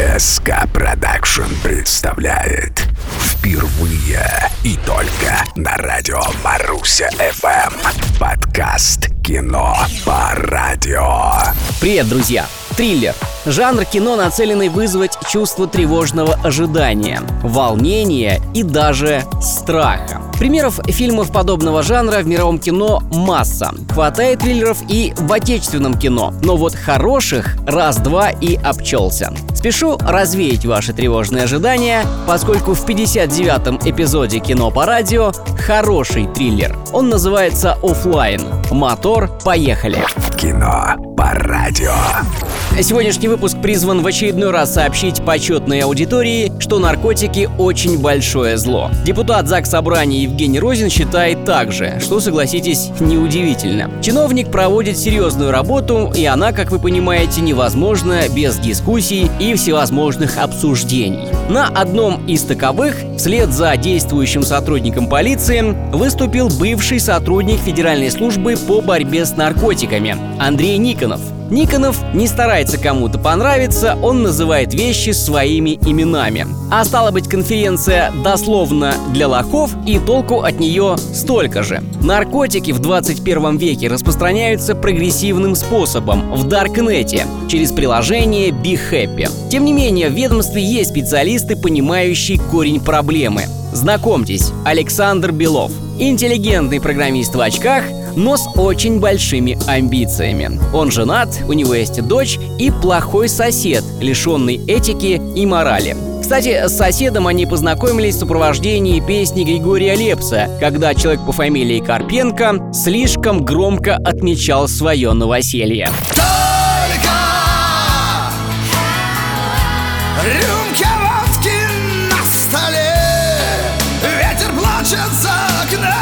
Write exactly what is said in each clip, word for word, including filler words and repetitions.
СК Продакшн представляет впервые и только на радио Маруся эф эм подкаст «Кино по радио». Привет, друзья! Триллер. Жанр кино, нацеленный вызвать чувство тревожного ожидания, волнения и даже страха. Примеров фильмов подобного жанра в мировом кино масса. Хватает триллеров и в отечественном кино, но вот хороших раз-два и обчелся. Спешу развеять ваши тревожные ожидания, поскольку в пятьдесят девятом эпизоде «Кино по радио» хороший триллер. Он называется «Оффлайн». Мотор, поехали! Кино по радио. Сегодняшний выпуск призван в очередной раз сообщить почетной аудитории, что наркотики – очень большое зло. Депутат Заксобрания Евгений Розин считает так же, что, согласитесь, неудивительно. Чиновник проводит серьезную работу, и она, как вы понимаете, невозможна без дискуссий и всевозможных обсуждений. На одном из таковых, вслед за действующим сотрудником полиции, выступил бывший сотрудник Федеральной службы по борьбе с наркотиками Андрей Никонов. Никонов не старается кому-то понравиться, он называет вещи своими именами. А стала быть, конференция дословно для лохов, и толку от нее столько же. Наркотики в двадцать первом веке распространяются прогрессивным способом в Даркнете через приложение BeHappy. Тем не менее, в ведомстве есть специалисты, понимающие корень проблемы. Знакомьтесь, Александр Белов. Интеллигентный программист в очках, но с очень большими амбициями. Он женат, у него есть дочь и плохой сосед, лишенный этики и морали. Кстати, с соседом они познакомились в сопровождении песни Григория Лепса, когда человек по фамилии Карпенко слишком громко отмечал свое новоселье. Только рюмка водки на столе, ветер плачет за окном.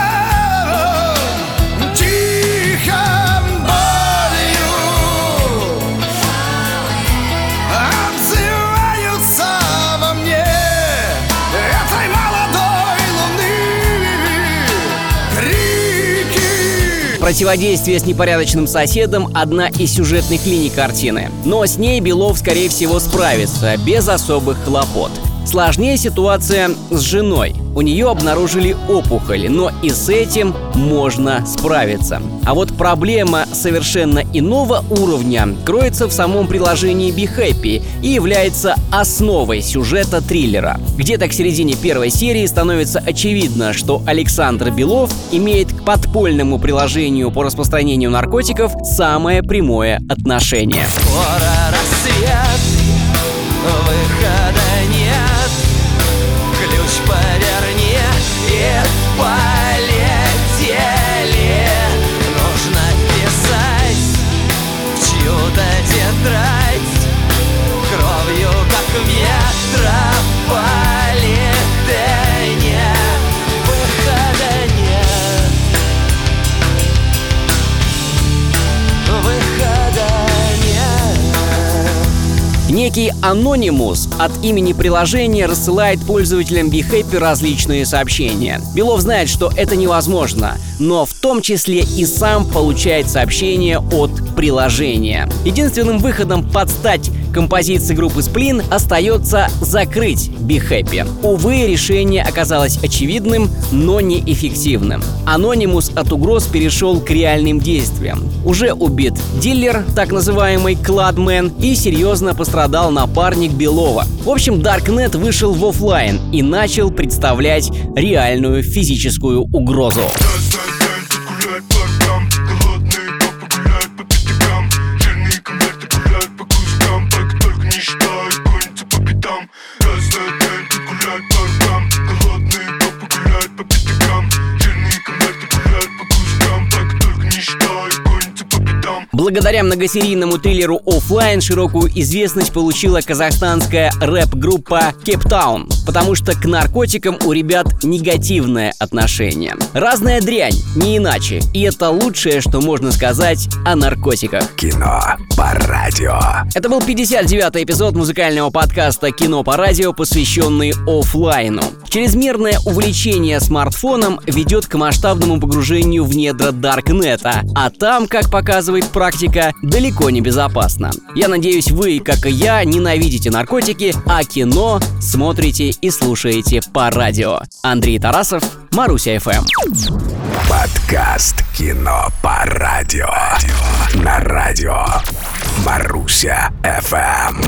Противодействие с непорядочным соседом – одна из сюжетных линий картины. Но с ней Белов, скорее всего, справится, без особых хлопот. Сложнее ситуация с женой. У нее обнаружили опухоль, но и с этим можно справиться. А вот проблема совершенно иного уровня кроется в самом приложении BeHappy и является основой сюжета триллера. Где-то к середине первой серии становится очевидно, что Александр Белов имеет к подпольному приложению по распространению наркотиков самое прямое отношение. Скоро рассвет, выхода нет, ключ поверни и полетели. Нужно писать в чью-то тетрадь, кровью как метрополитене. Выхода нет, выхода нет. Некий анонимус от имени приложения рассылает пользователям BeHappy различные сообщения. Белов знает, что это невозможно, но в том числе и сам получает сообщения от приложения. Единственным выходом под стать композиции группы Сплин остается закрыть BeHappy. Увы, решение оказалось очевидным, но неэффективным. Анонимус от угроз перешел к реальным действиям. Уже убит дилер, так называемый Кладмен, и серьезно пострадал напарник Белова. В общем, Даркнет вышел в оффлайн и начал представлять реальную физическую угрозу. Благодаря многосерийному триллеру «Оффлайн» широкую известность получила казахстанская рэп-группа Кейптаун. потому что к наркотикам у ребят негативное отношение. Разная дрянь, не иначе. И это лучшее, что можно сказать о наркотиках. Кино по радио. Это был пятьдесят девятый эпизод музыкального подкаста «Кино по радио», посвященный оффлайну. Чрезмерное увлечение смартфоном ведет к масштабному погружению в недра даркнета, а там, как показывает практика, далеко не безопасно. Я надеюсь, вы, как и я, ненавидите наркотики, а кино смотрите и слушаете по радио. Андрей Тарасов, Маруся эф эм. Подкаст «Кино по радио» на радио Маруся эф эм.